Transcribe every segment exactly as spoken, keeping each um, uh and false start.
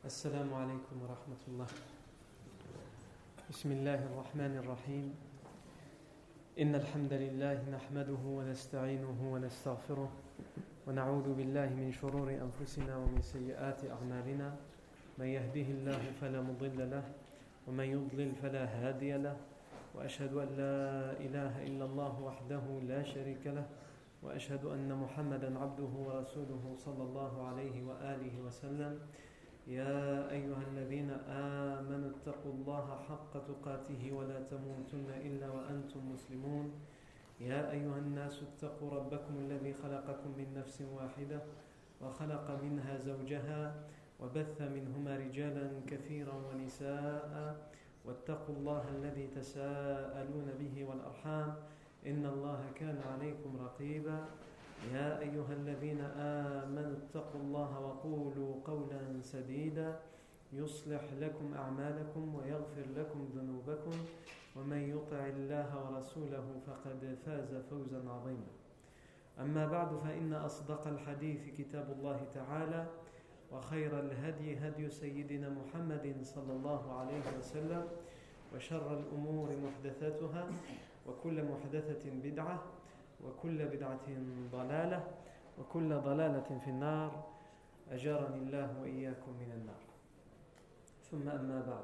السلام عليكم ورحمة الله. بسم الله الرحمن الرحيم. إن الحمد لله نحمده ونستعينه ونستغفره ونعوذ بالله من شرور أنفسنا ومن سيئات أعمالنا. من يهده الله فلا مضل له ومن يضلل فلا هادي له وأشهد أن لا إله إلا الله وحده لا شريك له وأشهد أن محمدا عبده ورسوله صلى الله عليه وآله وسلم. يا أيها الذين آمنوا اتقوا الله حق تقاته ولا تموتن إلا وأنتم مسلمون. يا أيها الناس اتقوا ربكم الذي خلقكم من نفس واحدة وخلق منها زوجها وبث منهما رجالا كثيرا ونساء واتقوا الله الذي تساءلون به والأرحام إن الله كان عليكم رقيبا. يا أيها الذين آمنوا اتقوا الله وقولوا قولا سديدا يصلح لكم أعمالكم ويغفر لكم ذنوبكم ومن يطع الله ورسوله فقد فاز فوزا عظيما. أما بعد فإن أصدق الحديث كتاب الله تعالى وخير الهدي هدي سيدنا محمد صلى الله عليه وسلم وشر الأمور محدثاتها وكل محدثة بدعة وكل بدعة ضلالة وكل ضلالة في النار أجارني الله وإياكم من النار. ثم أما بعد.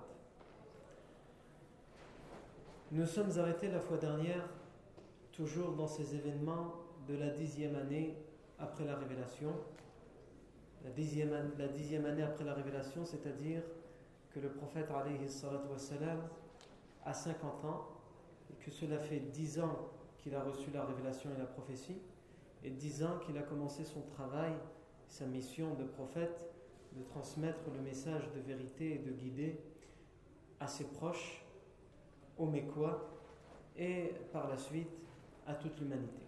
Nous sommes arrêtés la fois dernière toujours dans ces événements de la dixième année après la révélation. La dixième, la dixième année après la révélation, c'est-à-dire que le prophète alayhi salatu wassalam a cinquante ans et que cela fait dix ans qu'il a reçu la révélation et la prophétie, et dix ans qu'il a commencé son travail, sa mission de prophète, de transmettre le message de vérité et de guider à ses proches, aux Mécois, et par la suite à toute l'humanité.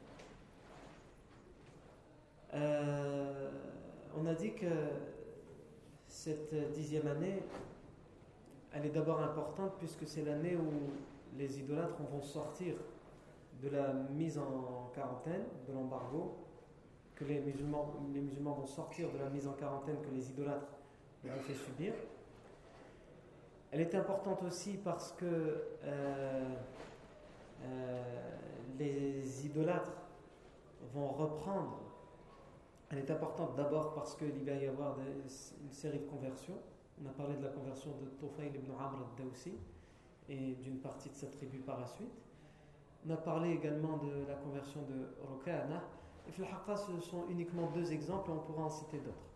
Euh, on a dit que cette dixième année, elle est d'abord importante puisque c'est l'année où les idolâtres vont sortir de la mise en quarantaine, de l'embargo, que les musulmans, les musulmans vont sortir de la mise en quarantaine que les idolâtres leur ont fait subir. Elle est importante aussi parce que euh, euh, les idolâtres vont reprendre. Elle est importante d'abord parce qu'il va y avoir des, une série de conversions. On a parlé de la conversion de Tufayl ibn Amr al-Dawsi et d'une partie de sa tribu par la suite. On a parlé également de la conversion de Rukana. Et fil haqqa, ce sont uniquement deux exemples, et on pourra en citer d'autres.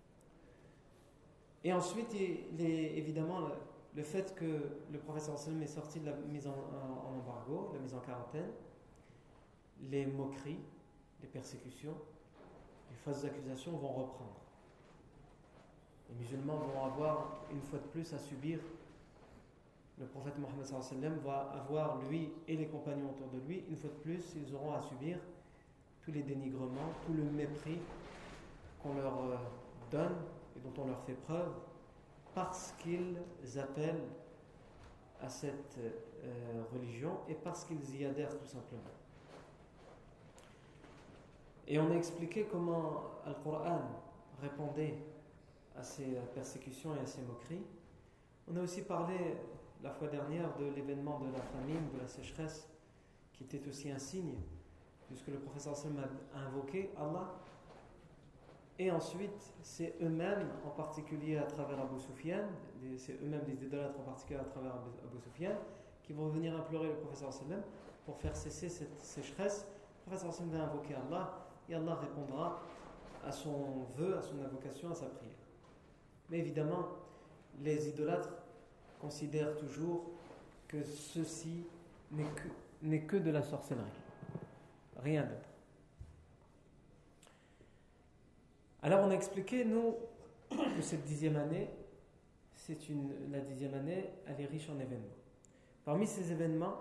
Et ensuite, il est évidemment le, le fait que le prophète sallallahu alayhi wa sallam est sorti de la mise en, en, en embargo, la mise en quarantaine, les moqueries, les persécutions, les fausses accusations vont reprendre. Les musulmans vont avoir une fois de plus à subir. Le prophète Mohammed sallallahu alayhi wa sallam va avoir, lui et les compagnons autour de lui, une fois de plus, ils auront à subir tous les dénigrements, tout le mépris qu'on leur donne et dont on leur fait preuve parce qu'ils appellent à cette euh, religion et parce qu'ils y adhèrent tout simplement. Et on a expliqué comment Al-Qur'an répondait à ces persécutions et à ces moqueries. On a aussi parlé la fois dernière de l'événement de la famine, de la sécheresse, qui était aussi un signe, puisque le prophète sallallahu alayhi wa sallam a invoqué Allah. Et ensuite, c'est eux-mêmes, en particulier à travers Abu Sufyan, c'est eux-mêmes des idolâtres en particulier à travers Abu Sufyan, qui vont venir implorer le prophète sallallahu alayhi wa sallam pour faire cesser cette sécheresse. Le prophète sallallahu alayhi wa sallam va invoquer Allah, et Allah répondra à son vœu, à son invocation, à sa prière. Mais évidemment, les idolâtres considèrent toujours que ceci n'est que, n'est que de la sorcellerie, rien d'autre. Alors on a expliqué, nous, que cette dixième année, c'est une, la dixième année, elle est riche en événements. Parmi ces événements,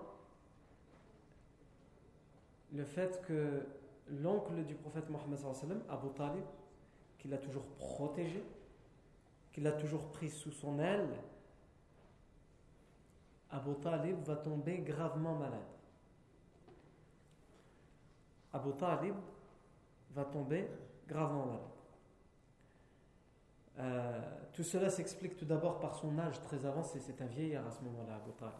le fait que l'oncle du prophète Mohammed sallallahu alayhi wa sallam, Abu Talib, qui l'a toujours protégé, qui l'a toujours pris sous son aile, Abu Talib va tomber gravement malade. Abu Talib va tomber gravement malade. Euh, tout cela s'explique tout d'abord par son âge très avancé. C'est un vieillard à ce moment-là, Abu Talib.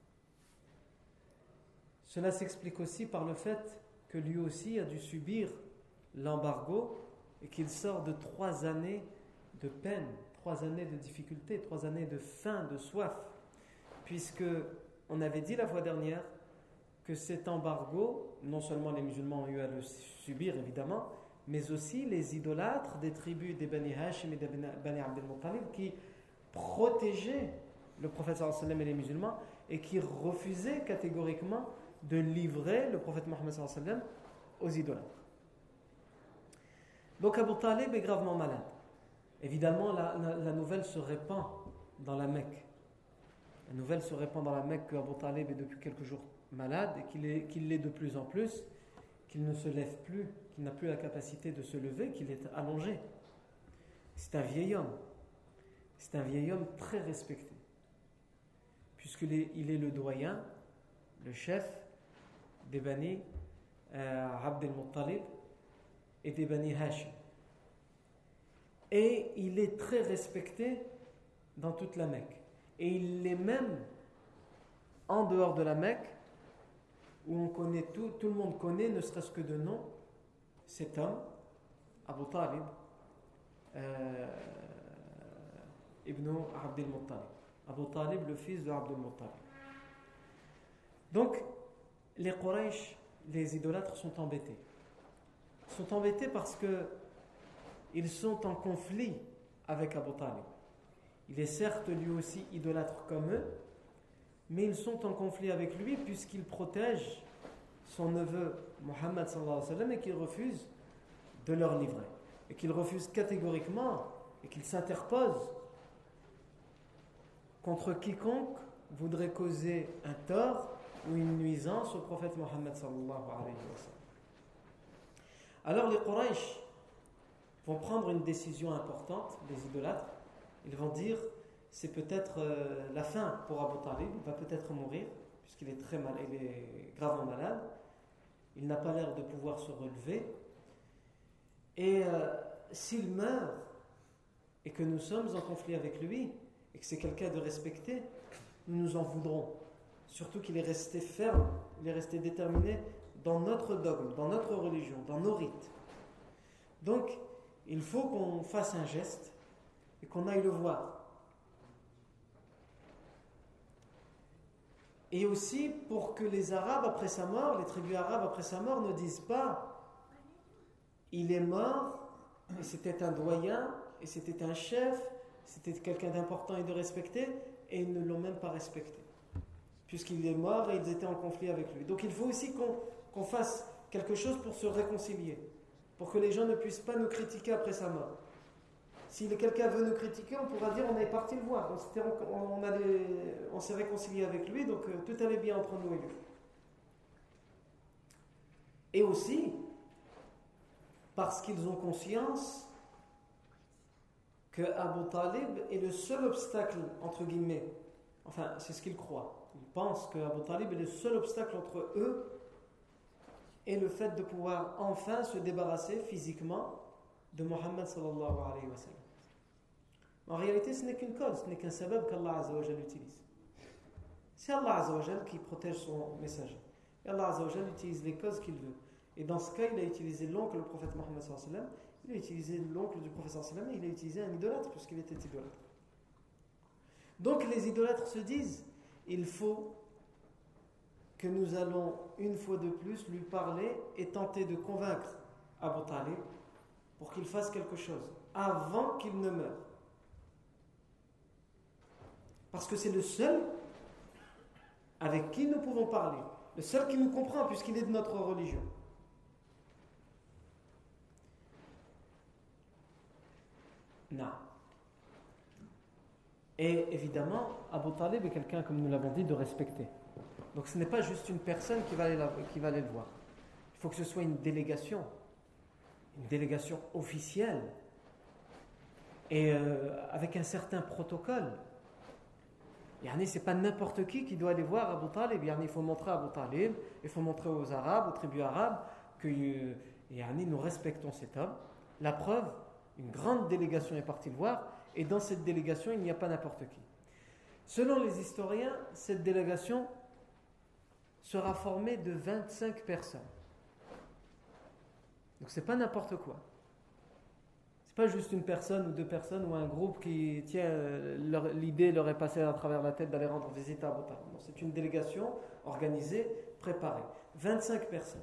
Cela s'explique aussi par le fait que lui aussi a dû subir l'embargo et qu'il sort de trois années de peine, trois années de difficulté, trois années de faim, de soif, puisque on avait dit la fois dernière que cet embargo, non seulement les musulmans ont eu à le subir évidemment, mais aussi les idolâtres des tribus des Bani Hashim et des Bani Abd al-Muttalib qui protégeaient le prophète sallallahu alayhi wa sallam et les musulmans et qui refusaient catégoriquement de livrer le prophète Mohammed sallallahu alayhi wa sallam aux idolâtres. Donc Abu Talib est gravement malade. Évidemment, la, la, la nouvelle se répand dans la Mecque. La nouvelle se répand dans la Mecque que Abu Talib est depuis quelques jours malade et qu'il est, qu'il l'est de plus en plus, qu'il ne se lève plus, qu'il n'a plus la capacité de se lever, qu'il est allongé. C'est un vieil homme. C'est un vieil homme très respecté, puisqu'il est, il est le doyen, le chef des Bani euh, Abd al-Muttalib et des Bani Hashim. Et il est très respecté dans toute la Mecque. Et il l'est même en dehors de la Mecque, où on connaît tout, tout le monde connaît, ne serait-ce que de nom, cet homme, Abu Talib, euh, ibn Abd al-Muttalib. Abu Talib, le fils de Abd al-Muttalib. Donc, les Quraysh, les idolâtres sont embêtés. Ils sont embêtés parce que ils sont en conflit avec Abu Talib. Il est certes lui aussi idolâtre comme eux, mais ils sont en conflit avec lui puisqu'il protège son neveu Muhammad sallallahu alayhi wa sallam et qu'il refuse de leur livrer. Et qu'il refuse catégoriquement et qu'il s'interpose contre quiconque voudrait causer un tort ou une nuisance au prophète Muhammad sallallahu alayhi wa sallam. Alors les Quraysh vont prendre une décision importante, les idolâtres. Ils vont dire, c'est peut-être euh, la fin pour Abu Talib, il va peut-être mourir, puisqu'il est très mal, il est gravement malade, il n'a pas l'air de pouvoir se relever, et euh, s'il meurt, et que nous sommes en conflit avec lui, et que c'est quelqu'un de respecté, nous nous en voudrons. Surtout qu'il est resté ferme, il est resté déterminé dans notre dogme, dans notre religion, dans nos rites. Donc, il faut qu'on fasse un geste et qu'on aille le voir. Et aussi pour que les Arabes après sa mort, les tribus arabes après sa mort ne disent pas il est mort et c'était un doyen et c'était un chef, c'était quelqu'un d'important et de respecté et ils ne l'ont même pas respecté puisqu'il est mort et ils étaient en conflit avec lui. Donc il faut aussi qu'on, qu'on fasse quelque chose pour se réconcilier, pour que les gens ne puissent pas nous critiquer après sa mort. Si quelqu'un veut nous critiquer, on pourra dire on est parti le voir, on, on, a des, on s'est réconcilié avec lui, donc euh, tout allait bien entre nous et lui. Et aussi, parce qu'ils ont conscience que Abu Talib est le seul obstacle, entre guillemets, enfin c'est ce qu'ils croient, ils pensent que Abu Talib est le seul obstacle entre eux et le fait de pouvoir enfin se débarrasser physiquement de Muhammad sallallahu alayhi wa sallam. En réalité, ce n'est qu'une cause, ce n'est qu'un sabab qu'Allah Azza wa Jal utilise. C'est Allah Azza wa Jal qui protège son messager. Et Allah Azza wa Jal utilise les causes qu'il veut. Et dans ce cas, il a utilisé l'oncle du prophète Muhammad sallallahu alayhi wa sallam, il a utilisé l'oncle du prophète sallallahu alayhi wa sallam, et il a utilisé un idolâtre puisqu'il était idolâtre. Donc les idolâtres se disent, il faut que nous allons une fois de plus lui parler et tenter de convaincre Abu Talib pour qu'il fasse quelque chose avant qu'il ne meure. Parce que c'est le seul avec qui nous pouvons parler, le seul qui nous comprend puisqu'il est de notre religion. Non. Et évidemment, Abu Talib est quelqu'un, comme nous l'avons dit, de respecter. Donc ce n'est pas juste une personne qui va aller, la, qui va aller le voir. Il faut que ce soit une délégation, une délégation officielle et euh, avec un certain protocole. Yani, c'est pas n'importe qui qui doit aller voir Abu Talib. Yani, il faut montrer à Abu Talib, il faut montrer aux Arabes, aux tribus arabes que yani, nous respectons cet homme. La preuve, Une grande délégation est partie le voir, et dans cette délégation, il n'y a pas n'importe qui. Selon les historiens, cette délégation sera formée de vingt-cinq personnes. Donc c'est pas n'importe quoi. C'est pas juste une personne ou deux personnes ou un groupe qui, tiens, leur, l'idée leur est passée à travers la tête d'aller rendre visite à Abu Talib. Non, c'est une délégation organisée, préparée. vingt-cinq personnes.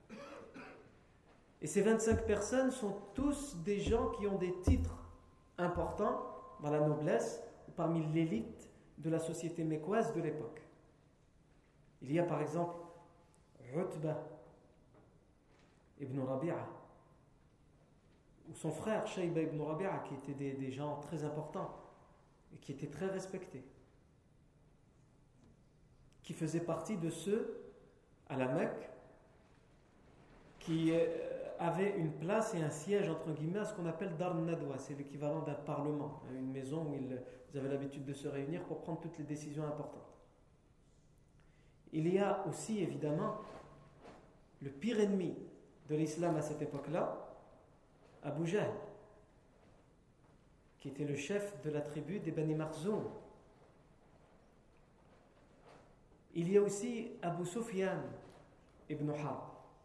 Et ces vingt-cinq personnes sont tous des gens qui ont des titres importants dans la noblesse ou parmi l'élite de la société mécoise de l'époque. Il y a par exemple Utbah ibn Rabi'a, ou son frère Shayba ibn Rabi'a, qui étaient des, des gens très importants et qui étaient très respectés, qui faisaient partie de ceux à la Mecque qui avaient une place et un siège entre guillemets à ce qu'on appelle Dar Nadwa, c'est l'équivalent d'un parlement, une maison où ils, ils avaient l'habitude de se réunir pour prendre toutes les décisions importantes. Il y a aussi évidemment le pire ennemi de l'islam à cette époque-là, Abu Jahl, qui était le chef de la tribu des Bani Makhzoum. Il y a aussi Abu Sufyan ibn Harb.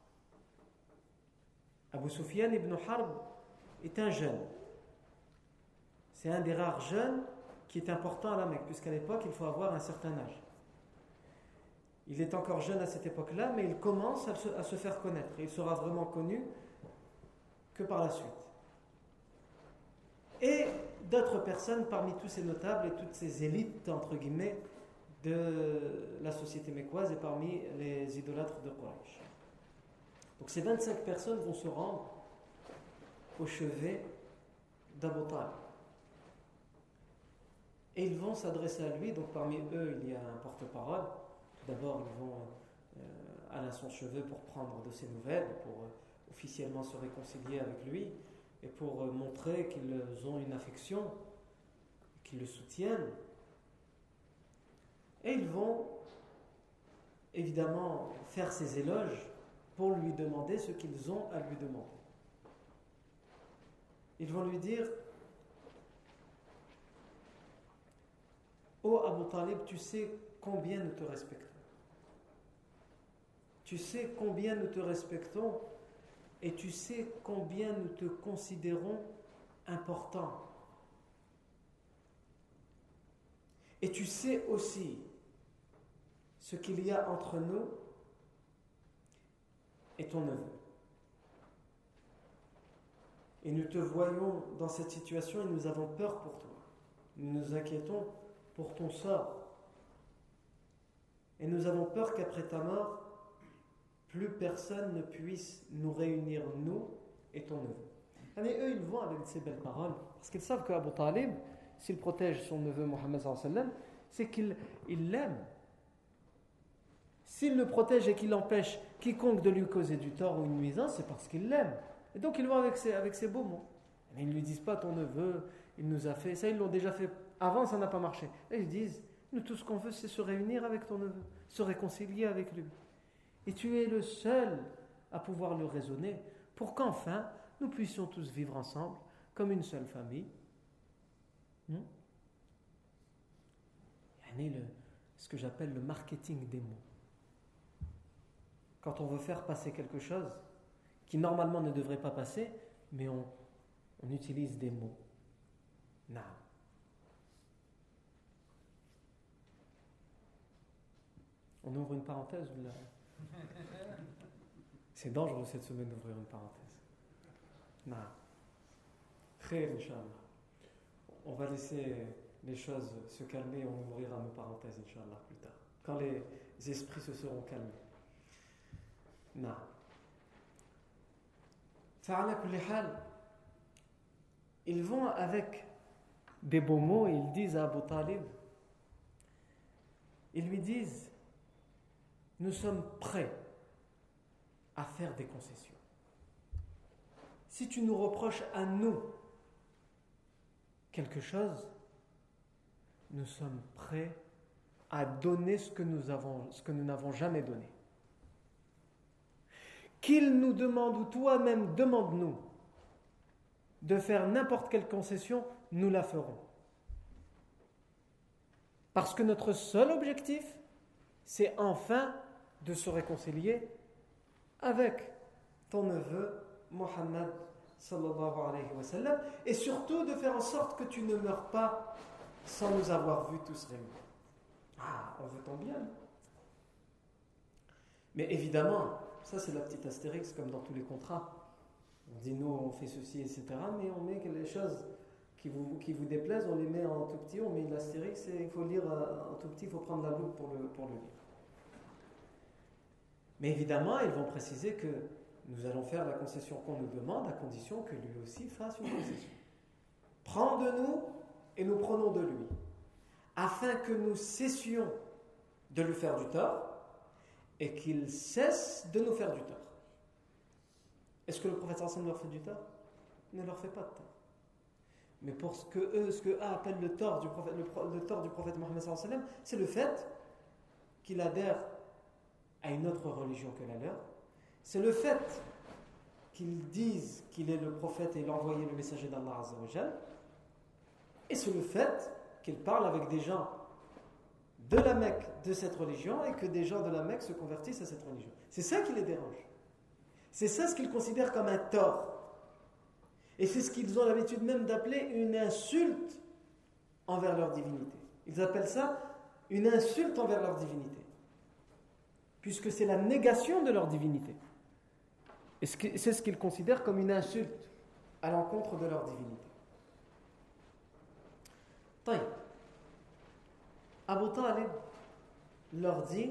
Abu Sufyan ibn Harb est un jeune. C'est un des rares jeunes qui est important à la Mecque, puisqu'à l'époque, il faut avoir un certain âge. Il est encore jeune à cette époque-là, mais il commence à se, à se faire connaître. Et il sera vraiment connu que par la suite. Et d'autres personnes parmi tous ces notables et toutes ces élites, entre guillemets, de la société mécoise et parmi les idolâtres de Quraysh. Donc ces vingt-cinq personnes vont se rendre au chevet d'Abu Talib. Et ils vont s'adresser à lui. Donc parmi eux, il y a un porte-parole. Tout d'abord, ils vont euh, à son chevet pour prendre de ses nouvelles, pour euh, officiellement se réconcilier avec lui et pour euh, montrer qu'ils ont une affection, qu'ils le soutiennent. Et ils vont évidemment faire ses éloges pour lui demander ce qu'ils ont à lui demander. Ils vont lui dire: Ô Abu Talib, tu sais combien nous te respectons. Tu sais combien nous te respectons et tu sais combien nous te considérons important. Et tu sais aussi ce qu'il y a entre nous et ton neveu. Et nous te voyons dans cette situation et nous avons peur pour toi. Nous nous inquiétons pour ton sort. Et nous avons peur qu'après ta mort, plus personne ne puisse nous réunir, nous et ton neveu. Mais eux, ils vont avec ces belles paroles, parce qu'ils savent qu'Abu Talib, s'il protège son neveu Mohammed sallallahu alayhi wa sallam, c'est qu'il il l'aime. S'il le protège et qu'il empêche quiconque de lui causer du tort ou une nuisance, c'est parce qu'il l'aime. Et donc ils vont avec ces, avec ces beaux mots. Mais ils ne lui disent pas: ton neveu, il nous a fait. Ça, ils l'ont déjà fait avant, ça n'a pas marché. Et ils disent: nous, tout ce qu'on veut, c'est se réunir avec ton neveu, se réconcilier avec lui. Et tu es le seul à pouvoir le raisonner pour qu'enfin nous puissions tous vivre ensemble comme une seule famille. Hmm? Il y a le, ce que j'appelle le marketing des mots. Quand on veut faire passer quelque chose qui normalement ne devrait pas passer, mais on, on utilise des mots. Non. On ouvre une parenthèse ou là? C'est dangereux cette semaine d'ouvrir une parenthèse. Non. Khair, Inch'Allah. On va laisser les choses se calmer et on ouvrira nos parenthèses, Inch'Allah, plus tard. Quand les esprits se seront calmés. Non. Fa'ala kulli hal, ils vont avec des beaux mots et ils disent à Abu Talib, ils lui disent: nous sommes prêts à faire des concessions. Si tu nous reproches à nous quelque chose, nous sommes prêts à donner ce que nous avons, ce que nous n'avons jamais donné. Qu'il nous demande, ou toi-même demande-nous de faire n'importe quelle concession, nous la ferons. Parce que notre seul objectif, c'est enfin de se réconcilier avec ton neveu Mohammed sallallahu alayhi wa sallam, et surtout de faire en sorte que tu ne meurs pas sans nous avoir vus tous réunis. Ah, on veut ton bien. Mais évidemment, ça c'est la petite astérix comme dans tous les contrats. On dit nous on fait ceci, et cetera. Mais on met les choses qui vous, qui vous déplaisent, on les met en tout petit, on met l'astérix et il faut lire en tout petit, il faut prendre la loupe pour le, pour le lire. Mais évidemment, ils vont préciser que nous allons faire la concession qu'on nous demande à condition que lui aussi fasse une concession. Prends de nous et nous prenons de lui, afin que nous cessions de lui faire du tort et qu'il cesse de nous faire du tort. Est-ce que le prophète sallallahu alayhi wa sallam leur fait du tort? Il ne leur fait pas de tort. Mais pour ce que eux, ce que eux appellent le tort du prophète, le, le tort du prophète Mohammed sallallahu alayhi wa sallam, c'est le fait qu'il adhère à une autre religion que la leur. C'est le fait qu'ils disent qu'il est le prophète et il a envoyé le messager d'Allah Azza wa Jal. Et c'est le fait qu'il parle avec des gens de la Mecque de cette religion et que des gens de la Mecque se convertissent à cette religion. C'est ça qui les dérange. C'est ça ce qu'ils considèrent comme un tort. Et c'est ce qu'ils ont l'habitude même d'appeler une insulte envers leur divinité. Ils appellent ça une insulte envers leur divinité. Puisque c'est la négation de leur divinité. Et c'est ce qu'ils considèrent comme une insulte à l'encontre de leur divinité. Taïb. Abu Talib leur dit: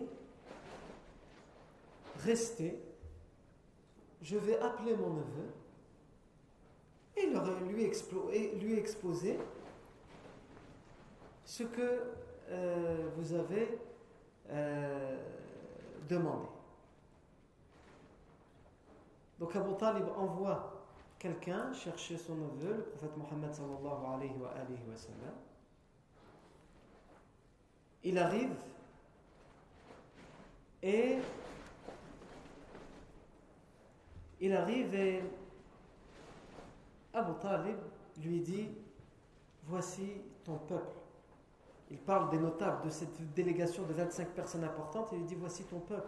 restez, je vais appeler mon neveu et leur, lui, explo, et lui exposer ce que euh, vous avez euh, demandé. Donc Abu Talib envoie quelqu'un chercher son neveu, le prophète Mohammed sallallahu alayhi wa alayhi wa sallam. Il arrive et il arrive et Abu Talib lui dit: voici ton peuple. Il parle des notables de cette délégation de vingt-cinq personnes importantes et il dit: voici ton peuple.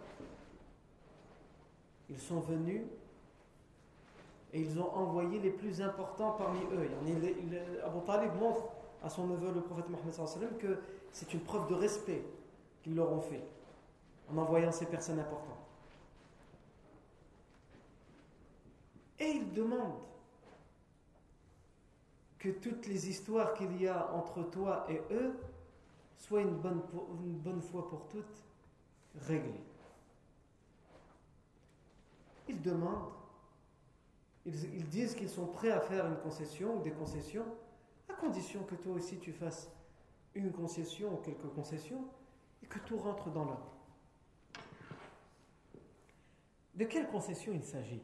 Ils sont venus et ils ont envoyé les plus importants parmi eux. Abu Talib montre à son neveu, le prophète Mohammed sallallahu alayhi wa sallam, que c'est une preuve de respect qu'ils leur ont fait en envoyant ces personnes importantes. Et il demande que toutes les histoires qu'il y a entre toi et eux soient une bonne, une bonne fois pour toutes réglées. Ils demandent, ils, ils disent qu'ils sont prêts à faire une concession ou des concessions, à condition que toi aussi tu fasses une concession ou quelques concessions et que tout rentre dans l'ordre. De quelle concession il s'agit?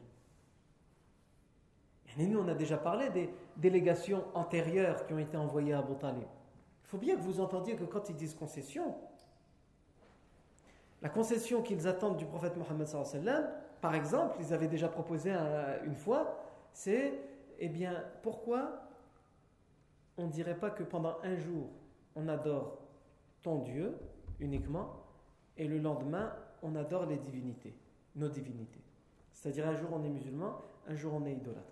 Et nous, on a déjà parlé des délégations antérieures qui ont été envoyées à Abu Talib. Il faut bien que vous entendiez que quand ils disent concession, la concession qu'ils attendent du prophète Mohammed sallallahu alayhi wa sallam, par exemple, ils avaient déjà proposé un, une fois, c'est, eh bien, pourquoi on ne dirait pas que pendant un jour, on adore ton Dieu uniquement, et le lendemain, on adore les divinités, nos divinités. C'est-à-dire un jour on est musulman, un jour on est idolâtre.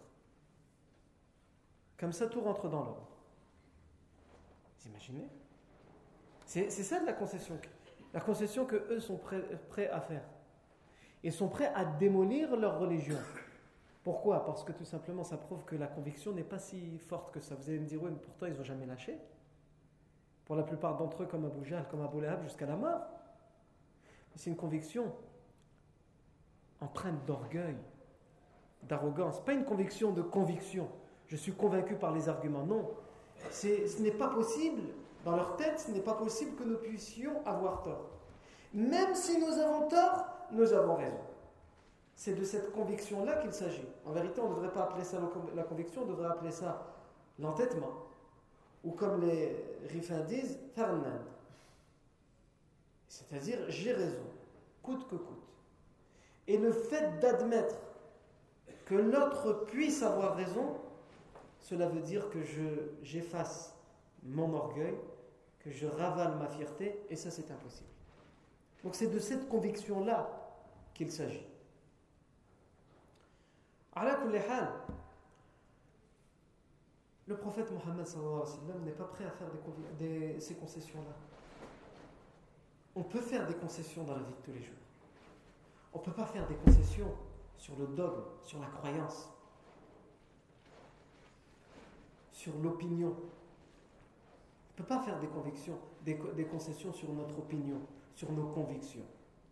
Comme ça, tout rentre dans l'ordre. Vous imaginez? C'est, c'est ça de la concession. La concession que eux sont prêts, prêts à faire. Ils sont prêts à démolir leur religion. Pourquoi? Parce que tout simplement, ça prouve que la conviction n'est pas si forte que ça. Vous allez me dire, oui, mais pourtant, ils n'ont jamais lâché. Pour la plupart d'entre eux, comme Abu Jahl, comme Abu Lahab, jusqu'à la mort. C'est une conviction empreinte d'orgueil, d'arrogance. Pas une conviction de conviction. Je suis convaincu par les arguments. Non. C'est, ce n'est pas possible, dans leur tête, ce n'est pas possible que nous puissions avoir tort. Même si nous avons tort, nous avons raison. C'est de cette conviction-là qu'il s'agit. En vérité, on ne devrait pas appeler ça la conviction, on devrait appeler ça l'entêtement. Ou comme les Rifins disent, Fernand. C'est-à-dire, j'ai raison, coûte que coûte. Et le fait d'admettre que l'autre puisse avoir raison, cela veut dire que je, j'efface mon orgueil, que je ravale ma fierté, et ça c'est impossible. Donc c'est de cette conviction-là qu'il s'agit. Ala kulli hal, le prophète Mohammed sallallahu alayhi wa sallam n'est pas prêt à faire des, des, ces concessions-là. On peut faire des concessions dans la vie de tous les jours. On ne peut pas faire des concessions sur le dogme, sur la croyance, sur l'opinion. On ne peut pas faire des convictions, des, des concessions sur notre opinion, sur nos convictions.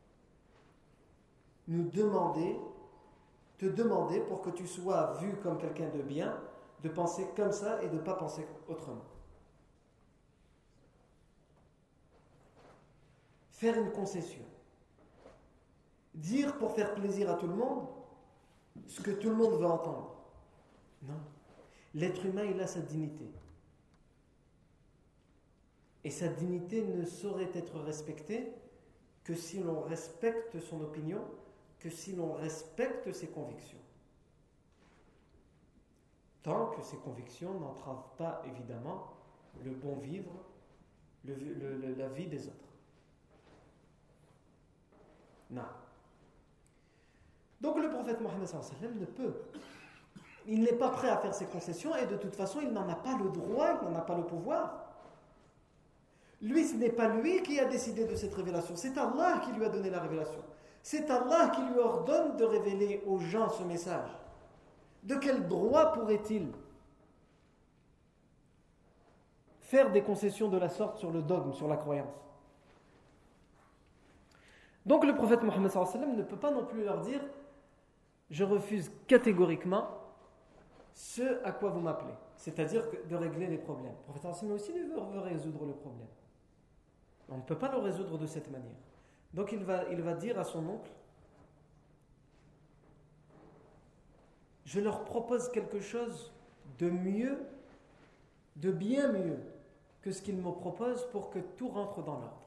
Nous demander, te demander pour que tu sois vu comme quelqu'un de bien, de penser comme ça et de ne pas penser autrement. Faire une concession. Dire pour faire plaisir à tout le monde ce que tout le monde veut entendre. Non. L'être humain, il a sa dignité. Et sa dignité ne saurait être respectée que si l'on respecte son opinion, que si l'on respecte ses convictions. Tant que ces convictions n'entravent pas, évidemment, le bon vivre, le, le, le, la vie des autres. Non. Donc le prophète Mohammed sallallahu alayhi wa sallam ne peut. Il n'est pas prêt à faire ses concessions et de toute façon, il n'en a pas le droit, il n'en a pas le pouvoir. Lui, ce n'est pas lui qui a décidé de cette révélation. C'est Allah qui lui a donné la révélation. C'est Allah qui lui ordonne de révéler aux gens ce message. De quel droit pourrait-il faire des concessions de la sorte sur le dogme, sur la croyance? Donc le prophète Mohammed sallallahu alayhi wa sallam ne peut pas non plus leur dire « Je refuse catégoriquement ce à quoi vous m'appelez », c'est-à-dire de régler les problèmes. Le prophète sallallahu alayhi wa sallam aussi veut, veut résoudre le problème. On ne peut pas le résoudre de cette manière. Donc il va, il va dire à son oncle, je leur propose quelque chose de mieux, de bien mieux que ce qu'ils me proposent pour que tout rentre dans l'ordre.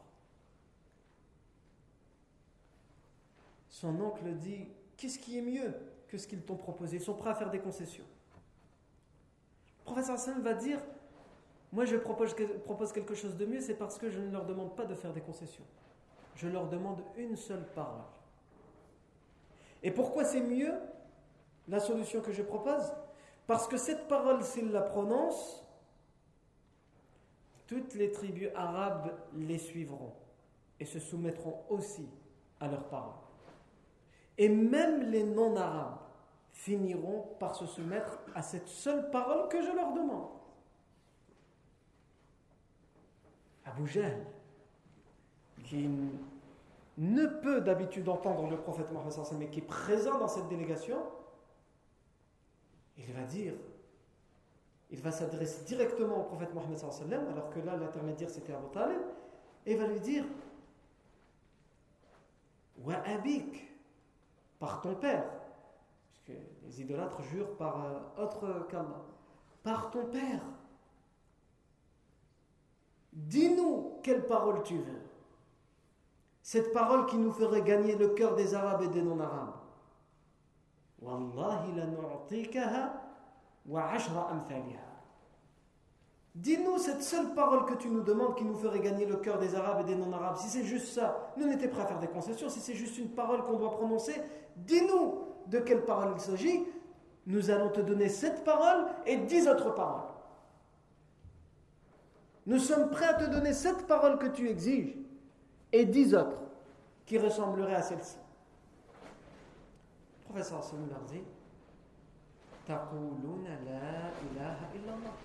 Son oncle dit, qu'est-ce qui est mieux que ce qu'ils t'ont proposé? Ils sont prêts à faire des concessions. Le prophète sallallahu alayhi wa sallam va dire, moi je propose, propose quelque chose de mieux, c'est parce que je ne leur demande pas de faire des concessions. Je leur demande une seule parole. Et pourquoi c'est mieux la solution que je propose? Parce que cette parole, s'ils la prononcent, toutes les tribus arabes les suivront et se soumettront aussi à leur parole. Et même les non-arabes finiront par se soumettre à cette seule parole que je leur demande. Abu Jahl, qui ne peut d'habitude entendre le prophète Mohammed sallallahu alayhi wa sallam, mais qui est présent dans cette délégation, il va dire, il va s'adresser directement au prophète Mohammed sallallahu alayhi wa sallam, alors que là l'intermédiaire c'était Abu Talib, et il va lui dire wa abik, par ton père, parce que les idolâtres jurent par euh, autre qu'Allah, par ton père, dis-nous quelle parole tu veux, cette parole qui nous ferait gagner le cœur des Arabes et des non-Arabes. Wallahi la nu'tikaha wa ashra amthaliha. Dis-nous cette seule parole que tu nous demandes qui nous ferait gagner le cœur des Arabes et des non-Arabes. Si c'est juste ça, nous n'étions prêts à faire des concessions. Si c'est juste une parole qu'on doit prononcer, dis-nous de quelle parole il s'agit. Nous allons te donner cette parole et dix autres paroles. Nous sommes prêts à te donner cette parole que tu exiges et dix autres qui ressembleraient à celle-ci. Le professeur sallallahu alayhi wa sallam leur dit Taquluna la ilaha illallah.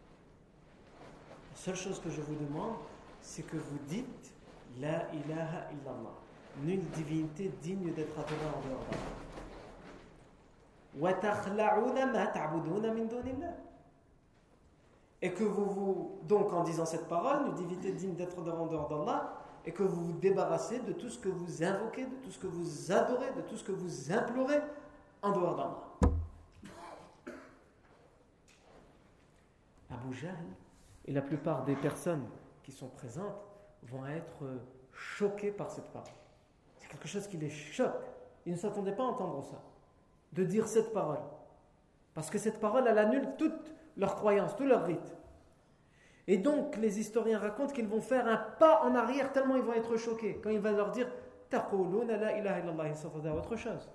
La seule chose que je vous demande, c'est que vous dites la ilaha illallah. Nulle divinité digne d'être adorée en dehors d'Allah. Wa takhla'una ma ta'buduna min dunillah. Et que vous vous, donc en disant cette parole, une divinité digne d'être adorée en dehors d'Allah, et que vous vous débarrassez de tout ce que vous invoquez, de tout ce que vous adorez, de tout ce que vous implorez en dehors d'Allah. Abu Jahl et la plupart des personnes qui sont présentes vont être choquées par cette parole. C'est quelque chose qui les choque. Ils ne s'attendaient pas à entendre ça, de dire cette parole. Parce que cette parole, elle annule toute leurs croyances, tous leurs rites. Et donc, les historiens racontent qu'ils vont faire un pas en arrière tellement ils vont être choqués. Quand il va leur dire « Taquluna la ilaha illallah », ils s'attendent à autre chose.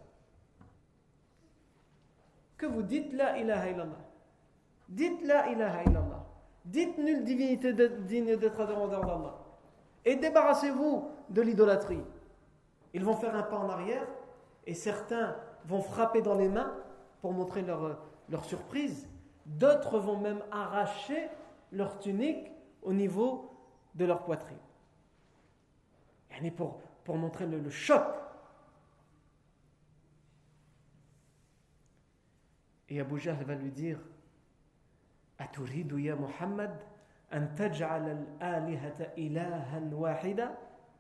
Que vous dites « La ilaha illallah ». Dites « La ilaha illallah ». Dites « Nulle divinité de, digne d'être adorée en dehors d'Allah ». Et débarrassez-vous de l'idolâtrie. Ils vont faire un pas en arrière et certains vont frapper dans les mains pour montrer leur, leur surprise. D'autres vont même arracher leur tunique au niveau de leur poitrine. Et pour, pour montrer le, le choc. Et Abu Jahl va lui dire Aturidu ya Muhammad an taj'al al-alihata ilahan wahida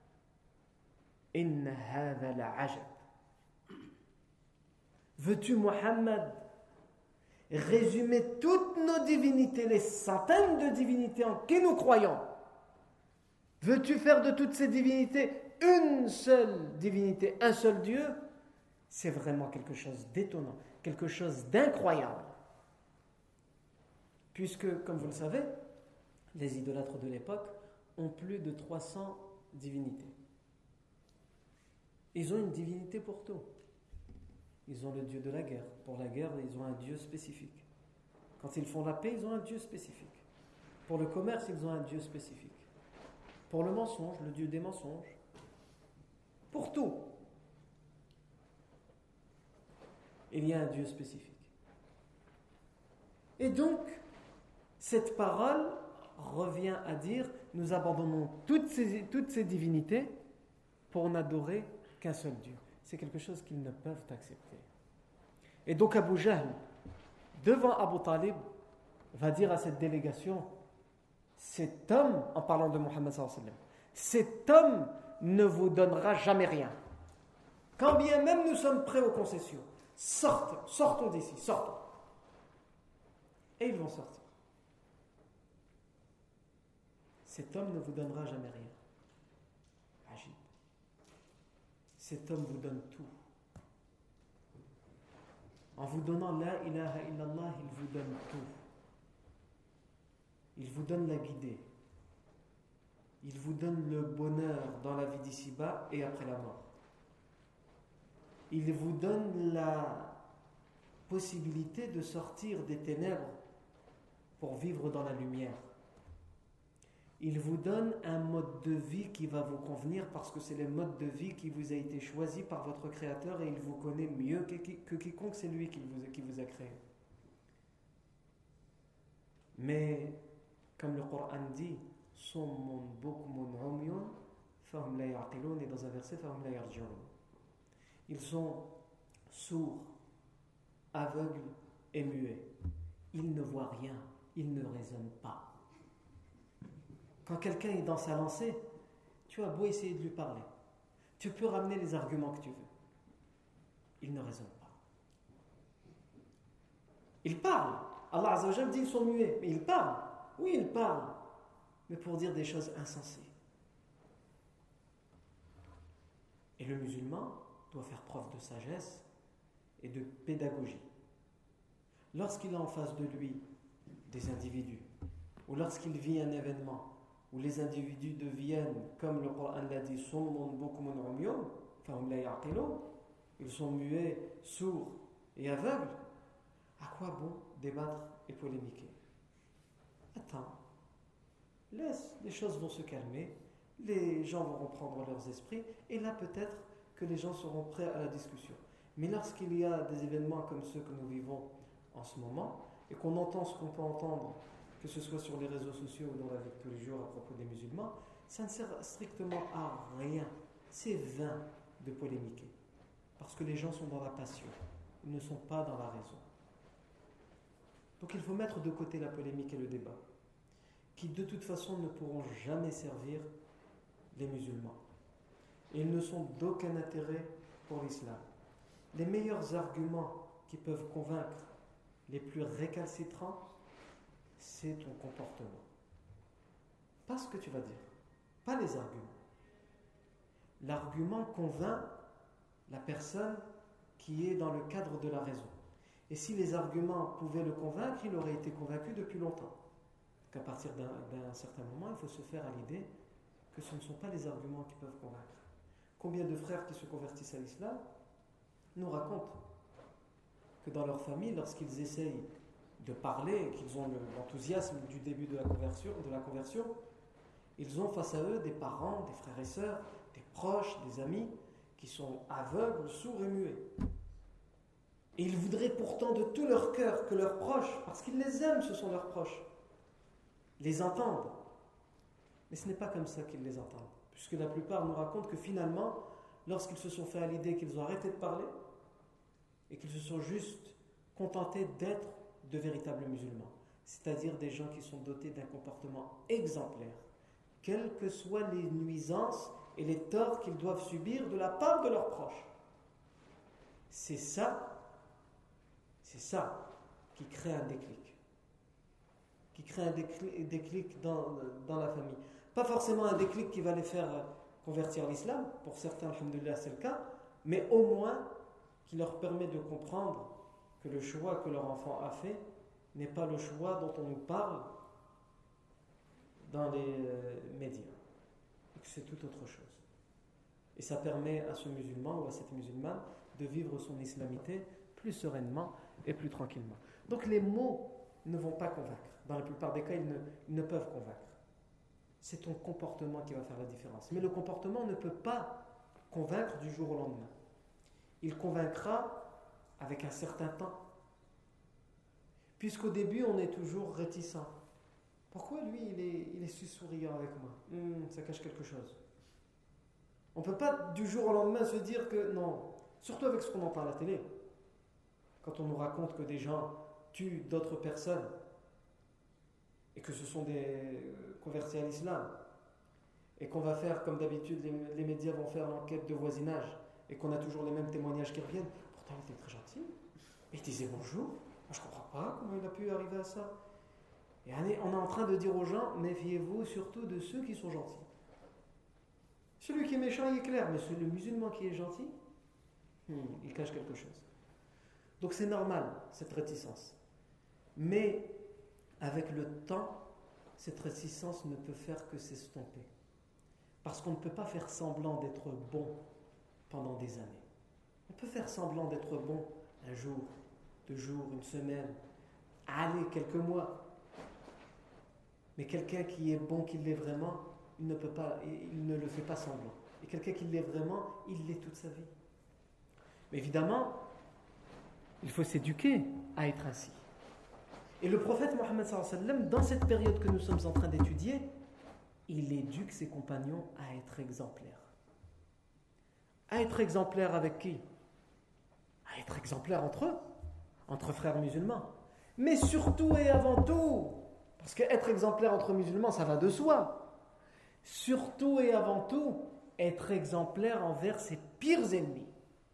inna hadha la'ajab. Veux-tu, Muhammad, résumer toutes nos divinités, les centaines de divinités en qui nous croyons? Veux-tu faire de toutes ces divinités une seule divinité, un seul Dieu? C'est vraiment quelque chose d'étonnant, quelque chose d'incroyable. Puisque, comme vous le savez, les idolâtres de l'époque ont plus de trois cents divinités. Ils ont une divinité pour tout. Ils ont le dieu de la guerre. Pour la guerre, ils ont un dieu spécifique. Quand ils font la paix, ils ont un dieu spécifique. Pour le commerce, ils ont un dieu spécifique. Pour le mensonge, le dieu des mensonges. Pour tout, il y a un dieu spécifique. Et donc, cette parole revient à dire, nous abandonnons toutes ces, toutes ces divinités pour n'adorer qu'un seul Dieu. C'est quelque chose qu'ils ne peuvent accepter. Et donc Abu Jahl, devant Abu Talib, va dire à cette délégation, cet homme, en parlant de Mohammed sallallahu alayhi wa sallam, cet homme ne vous donnera jamais rien. Quand bien même nous sommes prêts aux concessions, sortons, sortons d'ici, sortons. Et ils vont sortir. Cet homme ne vous donnera jamais rien. Ajib. Cet homme vous donne tout. En vous donnant la ilaha illallah, il vous donne tout. Il vous donne la guidée. Il vous donne le bonheur dans la vie d'ici-bas et après la mort. Il vous donne la possibilité de sortir des ténèbres pour vivre dans la lumière. Il vous donne un mode de vie qui va vous convenir parce que c'est le mode de vie qui vous a été choisi par votre Créateur et il vous connaît mieux que, que quiconque, c'est lui qui vous, qui vous a créé. Mais, comme le Coran dit, Summun bukmun umyun fahum la ya'qilun, et dans un verset, fahum la yarji'un. Ils sont sourds, aveugles et muets. Ils ne voient rien, ils ne raisonnent pas. Quand quelqu'un est dans sa lancée, tu as beau essayer de lui parler, tu peux ramener les arguments que tu veux. Il ne raisonne pas. Il parle. Allah Azza wa Jalla dit qu'ils sont muets, mais il parle. Oui, il parle, mais pour dire des choses insensées. Et le musulman doit faire preuve de sagesse et de pédagogie. Lorsqu'il a en face de lui des individus, ou lorsqu'il vit un événement où les individus deviennent, comme le Coran l'a dit, ils sont muets, sourds et aveugles, à quoi bon débattre et polémiquer? Attends, laisse, les choses vont se calmer, les gens vont reprendre leurs esprits, et là peut-être que les gens seront prêts à la discussion. Mais lorsqu'il y a des événements comme ceux que nous vivons en ce moment, et qu'on entend ce qu'on peut entendre, que ce soit sur les réseaux sociaux ou dans la vie de tous les jours à propos des musulmans, ça ne sert strictement à rien. C'est vain de polémiquer. Parce que les gens sont dans la passion. Ils ne sont pas dans la raison. Donc il faut mettre de côté la polémique et le débat, qui de toute façon ne pourront jamais servir les musulmans. Et ils ne sont d'aucun intérêt pour l'islam. Les meilleurs arguments qui peuvent convaincre les plus récalcitrants, c'est ton comportement. Pas ce que tu vas dire, pas les arguments. L'argument convainc la personne qui est dans le cadre de la raison. Et si les arguments pouvaient le convaincre, il aurait été convaincu depuis longtemps. Qu'à partir d'un, d'un certain moment, il faut se faire à l'idée que ce ne sont pas les arguments qui peuvent convaincre. Combien de frères qui se convertissent à l'islam nous racontent que dans leur famille, lorsqu'ils essayent de parler, qu'ils ont l'enthousiasme du début de la conversion, de la conversion, ils ont face à eux des parents, des frères et sœurs, des proches, des amis qui sont aveugles, sourds et muets. Et ils voudraient pourtant de tout leur cœur que leurs proches, parce qu'ils les aiment, ce sont leurs proches, les entendent. Mais ce n'est pas comme ça qu'ils les entendent, puisque la plupart nous racontent que finalement, lorsqu'ils se sont fait à l'idée qu'ils ont arrêté de parler et qu'ils se sont juste contentés d'être de véritables musulmans, c'est-à-dire des gens qui sont dotés d'un comportement exemplaire, quelles que soient les nuisances et les torts qu'ils doivent subir de la part de leurs proches. C'est ça, c'est ça qui crée un déclic, qui crée un déclic, déclic dans, dans la famille. Pas forcément un déclic qui va les faire convertir à l'islam, pour certains, alhamdoulilah, c'est le cas, mais au moins qui leur permet de comprendre que le choix que leur enfant a fait n'est pas le choix dont on nous parle dans les médias, et que c'est tout autre chose. Et ça permet à ce musulman ou à cette musulmane de vivre son islamité plus sereinement et plus tranquillement. Donc les mots ne vont pas convaincre. Dans la plupart des cas, ils ne, ils ne peuvent convaincre. C'est ton comportement qui va faire la différence. Mais le comportement ne peut pas convaincre du jour au lendemain. Il convaincra avec un certain temps. Puisqu'au début, on est toujours réticent. Pourquoi lui, il est, il est si souriant avec moi? Hum, ça cache quelque chose. On ne peut pas du jour au lendemain se dire que non. Surtout avec ce qu'on entend à la télé. Quand on nous raconte que des gens tuent d'autres personnes et que ce sont des convertis à l'islam et qu'on va faire comme d'habitude, les, les médias vont faire l'enquête de voisinage et qu'on a toujours les mêmes témoignages qui reviennent. Pourtant, il était très gentil. Il disait bonjour. Moi, je ne comprends pas comment il a pu arriver à ça. Et on est en train de dire aux gens, méfiez-vous surtout de ceux qui sont gentils. Celui qui est méchant, il est clair, mais celui, le musulman qui est gentil, hmm, il cache quelque chose. Donc c'est normal, cette réticence. Mais avec le temps, cette réticence ne peut faire que s'estomper. Parce qu'on ne peut pas faire semblant d'être bon pendant des années. On peut faire semblant d'être bon un jour, deux jours, une semaine, allez, quelques mois. Mais quelqu'un qui est bon, qui l'est vraiment, il ne peut pas, il ne le fait pas semblant. Et quelqu'un qui l'est vraiment, il l'est toute sa vie. Mais évidemment, il faut s'éduquer à être ainsi. Et le prophète Mohammed sallallahu alayhi wa sallam, dans cette période que nous sommes en train d'étudier, il éduque ses compagnons à être exemplaires. À être exemplaires avec qui? À être exemplaires entre eux, entre frères musulmans. Mais surtout et avant tout, parce qu'être exemplaire entre musulmans, ça va de soi. Surtout et avant tout, être exemplaire envers ses pires ennemis.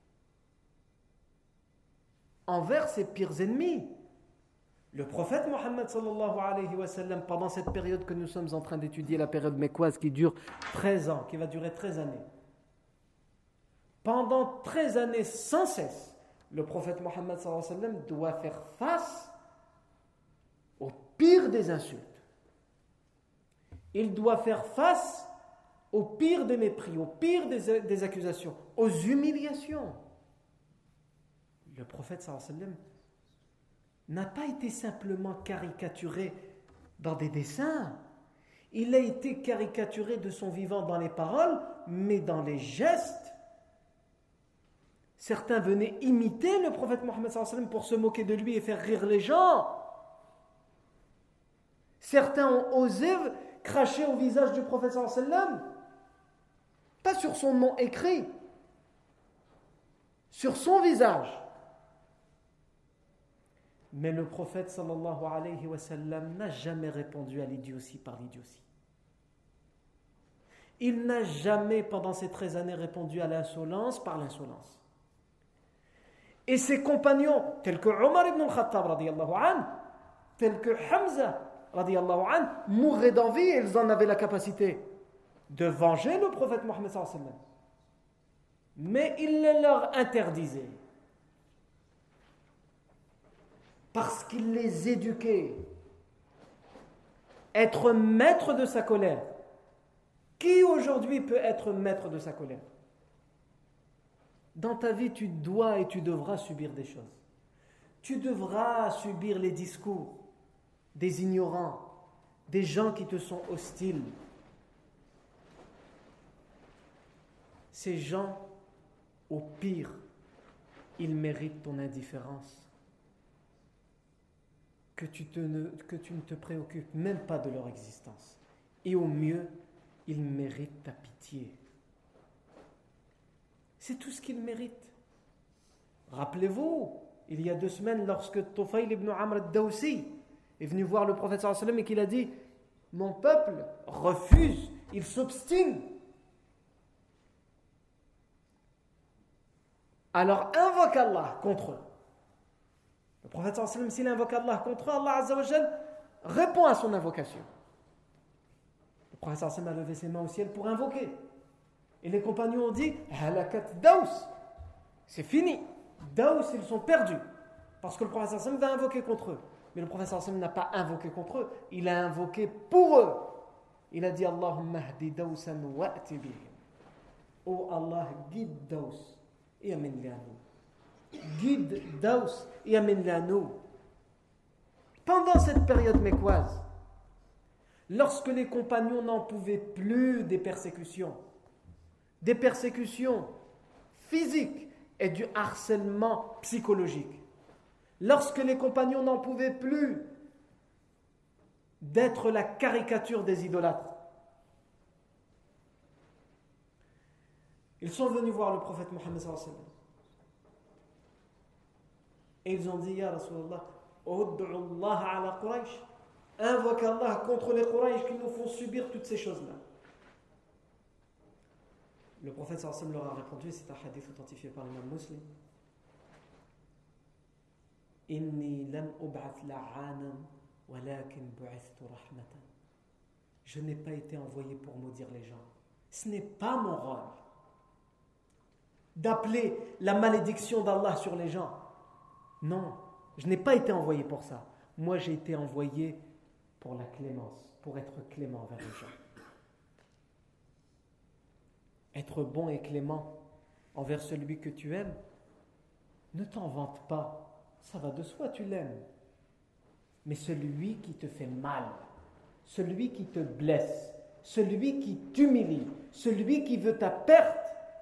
Envers ses pires ennemis. Le prophète Mohammed sallallahu alayhi wa sallam, pendant cette période que nous sommes en train d'étudier, la période mécoise qui dure treize ans, qui va durer treize années. Pendant treize années sans cesse, le prophète Mohammed sallallahu alayhi wa sallam doit faire face au pire des insultes. Il doit faire face au pire des mépris, au pire des, des accusations, aux humiliations. Le prophète sallallahu alayhi wa sallam n'a pas été simplement caricaturé dans des dessins. Il a été caricaturé de son vivant dans les paroles, mais dans les gestes. Certains venaient imiter le prophète Mohammed sallallahu alayhi wa sallam pour se moquer de lui et faire rire les gens. Certains ont osé cracher au visage du prophète sallallahu alayhi wa sallam, pas sur son nom écrit, sur son visage. Mais le prophète sallallahu alayhi wa sallam n'a jamais répondu à l'idiotie par l'idiotie. Il n'a jamais, pendant ces treize années, répondu à l'insolence par l'insolence. Et ses compagnons, tels que Omar ibn al-Khattab radiyallahu anhu, tels que Hamza radiyallahu anhu, mourraient d'envie et ils en avaient la capacité de venger le prophète Mohammed sallallahu alayhi wa sallam. Mais il le leur interdisait. parce qu'il les éduquait. Être maître de sa colère. Qui aujourd'hui peut être maître de sa colère? Dans ta vie, tu dois et tu devras subir des choses. Tu devras subir les discours des ignorants, des gens qui te sont hostiles. Ces gens, au pire, ils méritent ton indifférence. Que tu, te ne, que tu ne te préoccupes même pas de leur existence. Et au mieux, ils méritent ta pitié. C'est tout ce qu'ils méritent. Rappelez-vous, il y a deux semaines, lorsque Tufayl ibn Amr al-Dawsi est venu voir le prophète sallallahu alayhi wa sallam et qu'il a dit « Mon peuple refuse, il s'obstine. » Alors invoque Allah contre eux. Le prophète sallallahu alayhi wa sallam, s'il invoque Allah contre eux, Allah azza wa jal répond à son invocation. Le prophète sallallahu alayhi wa sallam a levé ses mains au ciel pour invoquer. Et les compagnons ont dit « Halakat Daous » c'est fini. Daous, ils sont perdus. Parce que le prophète sallallahu alayhi wa sallam va invoquer contre eux. Mais le prophète sallallahu alayhi wa sallam n'a pas invoqué contre eux. Il a invoqué pour eux. Il a dit « Allahumma hdi Daousan wa'ti bihim » Oh Allah, guide Daous et amène-les à nous. Guide Daous et amène-les à nous. Pendant cette période mécoise, lorsque les compagnons n'en pouvaient plus des persécutions, des persécutions physiques et du harcèlement psychologique, lorsque les compagnons n'en pouvaient plus d'être la caricature des idolâtres, ils sont venus voir le prophète Mohammed sallallahu alayhi wa sallam et ils ont dit Ya Rasulallah, ud'u Allah ala Quraysh, invoque Allah contre les Quraysh qui nous font subir toutes ces choses-là. Le prophète sallallahu alayhi wa sallam leur a répondu, c'est un hadith authentifié par l'imam Muslim. Inni lam ub'ath la'anan walakin bu'ithtu rahmatan. Je n'ai pas été envoyé pour maudire les gens. Ce n'est pas mon rôle d'appeler la malédiction d'Allah sur les gens. Non, je n'ai pas été envoyé pour ça. Moi, j'ai été envoyé pour la clémence, pour être clément envers les gens. Être bon et clément envers celui que tu aimes, ne t'en vante pas. Ça va de soi, tu l'aimes. Mais celui qui te fait mal, celui qui te blesse, celui qui t'humilie, celui qui veut ta perte,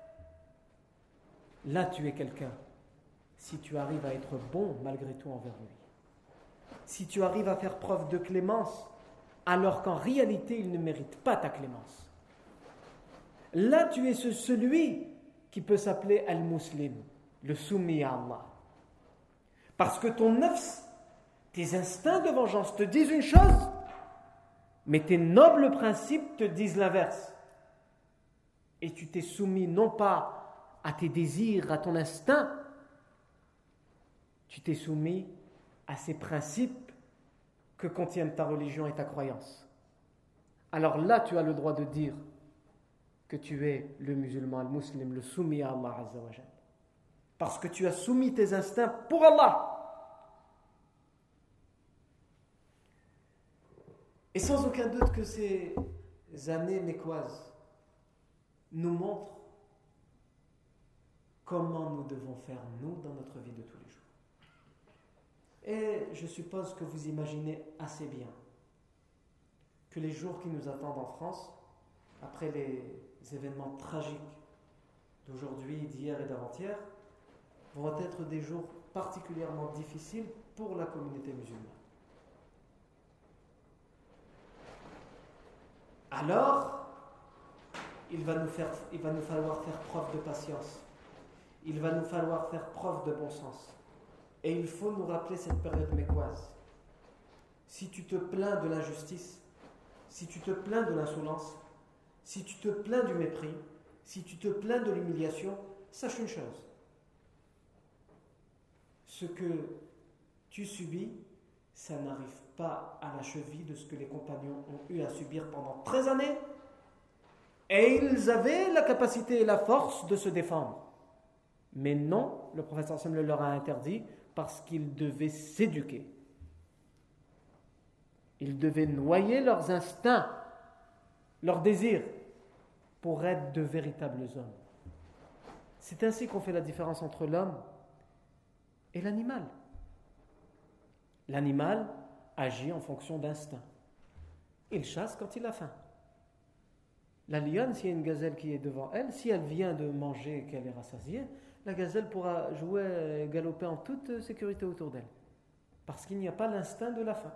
là tu es quelqu'un. Si tu arrives à être bon malgré tout envers lui, si tu arrives à faire preuve de clémence, alors qu'en réalité il ne mérite pas ta clémence, là tu es ce, celui qui peut s'appeler al-muslim, le soumis à Allah. Parce que ton nafs, tes instincts de vengeance te disent une chose, mais tes nobles principes te disent l'inverse. Et tu t'es soumis non pas à tes désirs, à ton instinct, tu t'es soumis à ces principes que contiennent ta religion et ta croyance. Alors là, tu as le droit de dire que tu es le musulman, le musulman, le soumis à Allah Azza wa Jal. Parce que tu as soumis tes instincts pour Allah. Et sans aucun doute que ces années mécoises nous montrent comment nous devons faire, nous, dans notre vie de tous les jours. Et je suppose que vous imaginez assez bien que les jours qui nous attendent en France, après les événements tragiques d'aujourd'hui, d'hier et d'avant-hier, vont être des jours particulièrement difficiles pour la communauté musulmane. Alors, il va nous faire, il va nous falloir faire preuve de patience. Il va nous falloir faire preuve de bon sens. Et il faut nous rappeler cette période mécoise. Si tu te plains de l'injustice, si tu te plains de l'insolence, si tu te plains du mépris, si tu te plains de l'humiliation, sache une chose. Ce que tu subis, ça n'arrive pas à la cheville de ce que les compagnons ont eu à subir pendant treize années. Et ils avaient la capacité et la force de se défendre. Mais non, le prophète sallallahu alayhi wa sallam leur a interdit parce qu'ils devaient s'éduquer. Ils devaient noyer leurs instincts, leurs désirs, pour être de véritables hommes. C'est ainsi qu'on fait la différence entre l'homme et l'animal. L'animal agit en fonction d'instinct. Il chasse quand il a faim. La lionne, s'il y a une gazelle qui est devant elle, si elle vient de manger et qu'elle est rassasiée, la gazelle pourra jouer et galoper en toute sécurité autour d'elle. Parce qu'il n'y a pas l'instinct de la faim.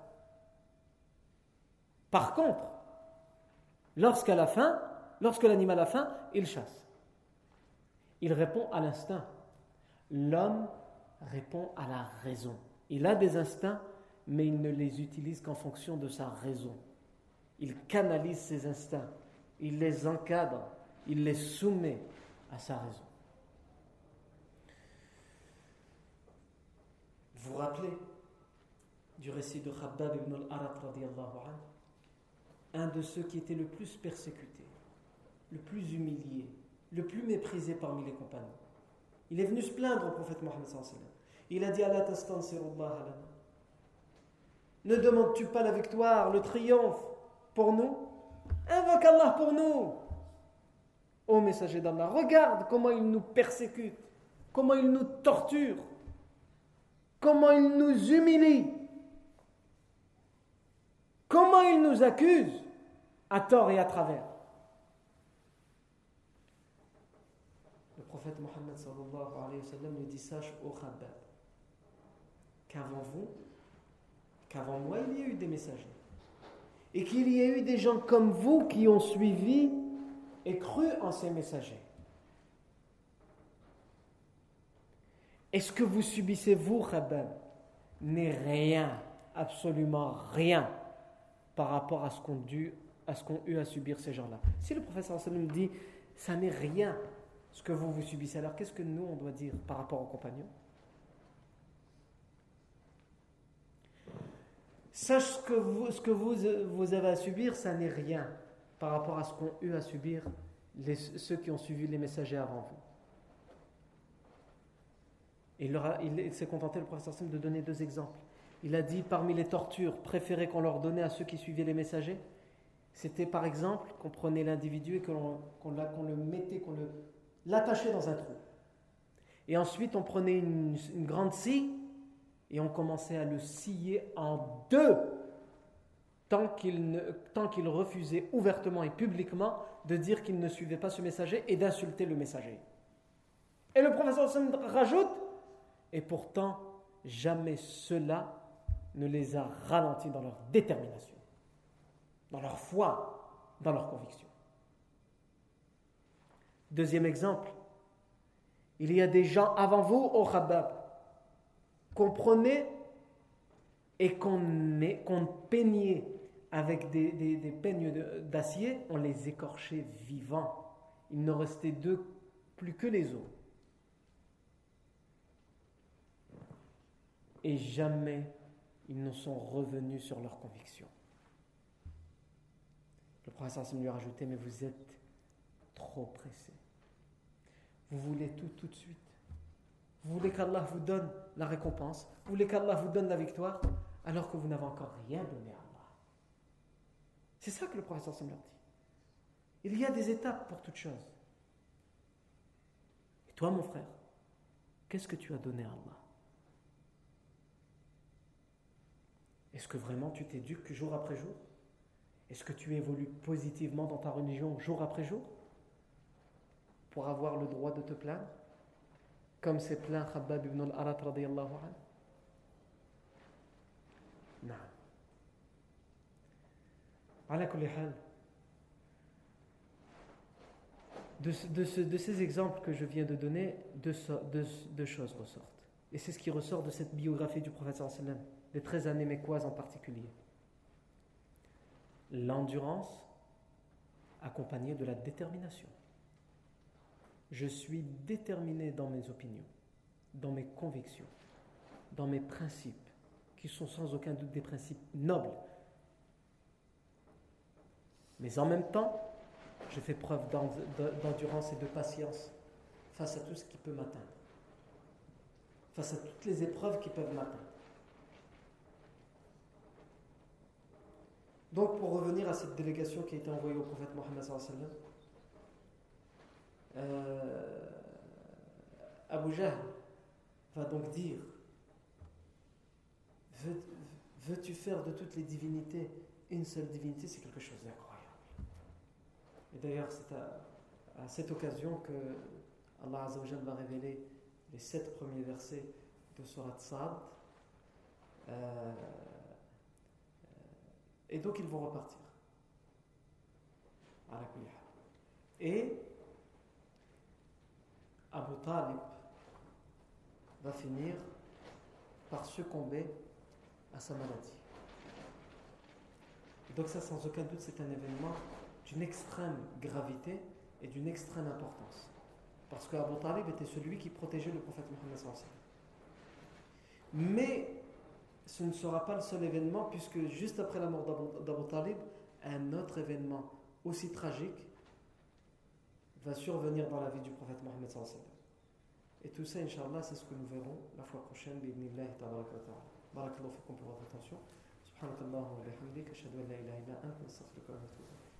Par contre, lorsqu'elle a faim, lorsque l'animal a faim, il chasse. Il répond à l'instinct. L'homme répond à la raison. Il a des instincts, mais il ne les utilise qu'en fonction de sa raison. Il canalise ses instincts, il les encadre, il les soumet à sa raison. Vous vous rappelez du récit de Khabbab ibn al-Arat radiyallahu anhu, un de ceux qui était le plus persécuté, le plus humilié, le plus méprisé parmi les compagnons. Il est venu se plaindre au prophète Mohammed sallallahu alayhi wa sallam. Il a dit: Ala tastansirullah lana. Ne demandes-tu pas la victoire, le triomphe pour nous? Invoque Allah pour nous. Ô messager d'Allah, regarde comment il nous persécute, comment il nous torture, comment il nous humilie, comment il nous accuse à tort et à travers. Le prophète Mohammed sallallahu alayhi wa sallam lui dit: sache, ô Khabbab, qu'avant vous, qu'avant moi, il y a eu des messagers. Et qu'il y a eu des gens comme vous qui ont suivi et cru en ces messagers. Et ce que vous subissez, vous, Khabbab, n'est rien, absolument rien, par rapport à ce qu'ont dû, à ce qu'ont eu à subir ces gens-là. Si le professeur sallam dit, ça n'est rien, ce que vous, vous subissez, alors qu'est-ce que nous, on doit dire par rapport aux compagnons? Sache que vous, ce que vous, vous avez à subir, ça n'est rien par rapport à ce qu'ont eu à subir les, ceux qui ont suivi les messagers avant vous. Et il, leur a, il s'est contenté, le professeur Sim, de donner deux exemples. Il a dit, parmi les tortures préférées qu'on leur donnait à ceux qui suivaient les messagers, c'était par exemple qu'on prenait l'individu et qu'on, qu'on, qu'on le mettait, qu'on le, l'attachait dans un trou. Et ensuite, on prenait une, une grande scie et on commençait à le scier en deux, tant qu'il, ne, tant qu'il refusait ouvertement et publiquement de dire qu'il ne suivait pas ce messager et d'insulter le messager. Et le professeur Hassan rajoute, et pourtant, jamais cela ne les a ralentis dans leur détermination, dans leur foi, dans leur conviction. Deuxième exemple, il y a des gens avant vous, au Khabbab, qu'on prenait et qu'on, est, qu'on peignait avec des, des, des peignes de, d'acier, on les écorchait vivants. Il ne restait d'eux plus que les os. Et jamais ils ne sont revenus sur leurs convictions. Le professeur Hassan lui a rajouté, mais vous êtes trop pressé. Vous voulez tout tout de suite. Vous voulez qu'Allah vous donne la récompense, vous voulez qu'Allah vous donne la victoire, alors que vous n'avez encore rien donné à Allah. C'est ça que le professeur Hassan leur dit. Il y a des étapes pour toute chose. Et toi, mon frère, qu'est-ce que tu as donné à Allah? Est-ce que vraiment tu t'éduques jour après jour? Est-ce que tu évolues positivement dans ta religion jour après jour pour avoir le droit de te plaindre comme s'est plaint Khabbab ibn al-Arat radiyallahu anhu? Non. Ala kulli hal, de, de, de ces exemples que je viens de donner, deux, deux, deux choses ressortent. Et c'est ce qui ressort de cette biographie du prophète sallallahu alayhi wa sallam, des treize années mécoises en particulier. L'endurance accompagnée de la détermination. Je suis déterminé dans mes opinions, dans mes convictions, dans mes principes, qui sont sans aucun doute des principes nobles. Mais en même temps, je fais preuve d'endurance et de patience face à tout ce qui peut m'atteindre. face à toutes les épreuves qui peuvent m'atteindre. Donc, pour revenir à cette délégation qui a été envoyée au prophète Mohammed sallallahu alayhi wa sallam, euh, Abu Jahl va donc dire: Veux, veux-tu faire de toutes les divinités une seule divinité? C'est quelque chose d'incroyable. Et d'ailleurs, c'est à, à cette occasion que Allah Azza wa Jalla va révéler les sept premiers versets de Surat Sa'd. Euh, et donc, ils vont repartir. Et Abu Talib va finir par succomber à sa maladie. Et donc ça, sans aucun doute, c'est un événement d'une extrême gravité et d'une extrême importance. Parce que Abu Talib était celui qui protégeait le prophète Mohammed sallallahu alayhi wa sallam. Mais ce ne sera pas le seul événement, puisque juste après la mort d'Abu, d'Abu Talib, un autre événement aussi tragique va survenir dans la vie du prophète Mohammed sallallahu alayhi wa sallam. Et tout ça, Inch'Allah, c'est ce que nous verrons la fois prochaine, bi'idhnillahi tabaraka wa ta'ala. Barakallahu fikum pour votre attention. Subhanakallahu wa bihamdik, ashhadu an la ilaha illa anta, astaghfiruka wa atubu ilayk.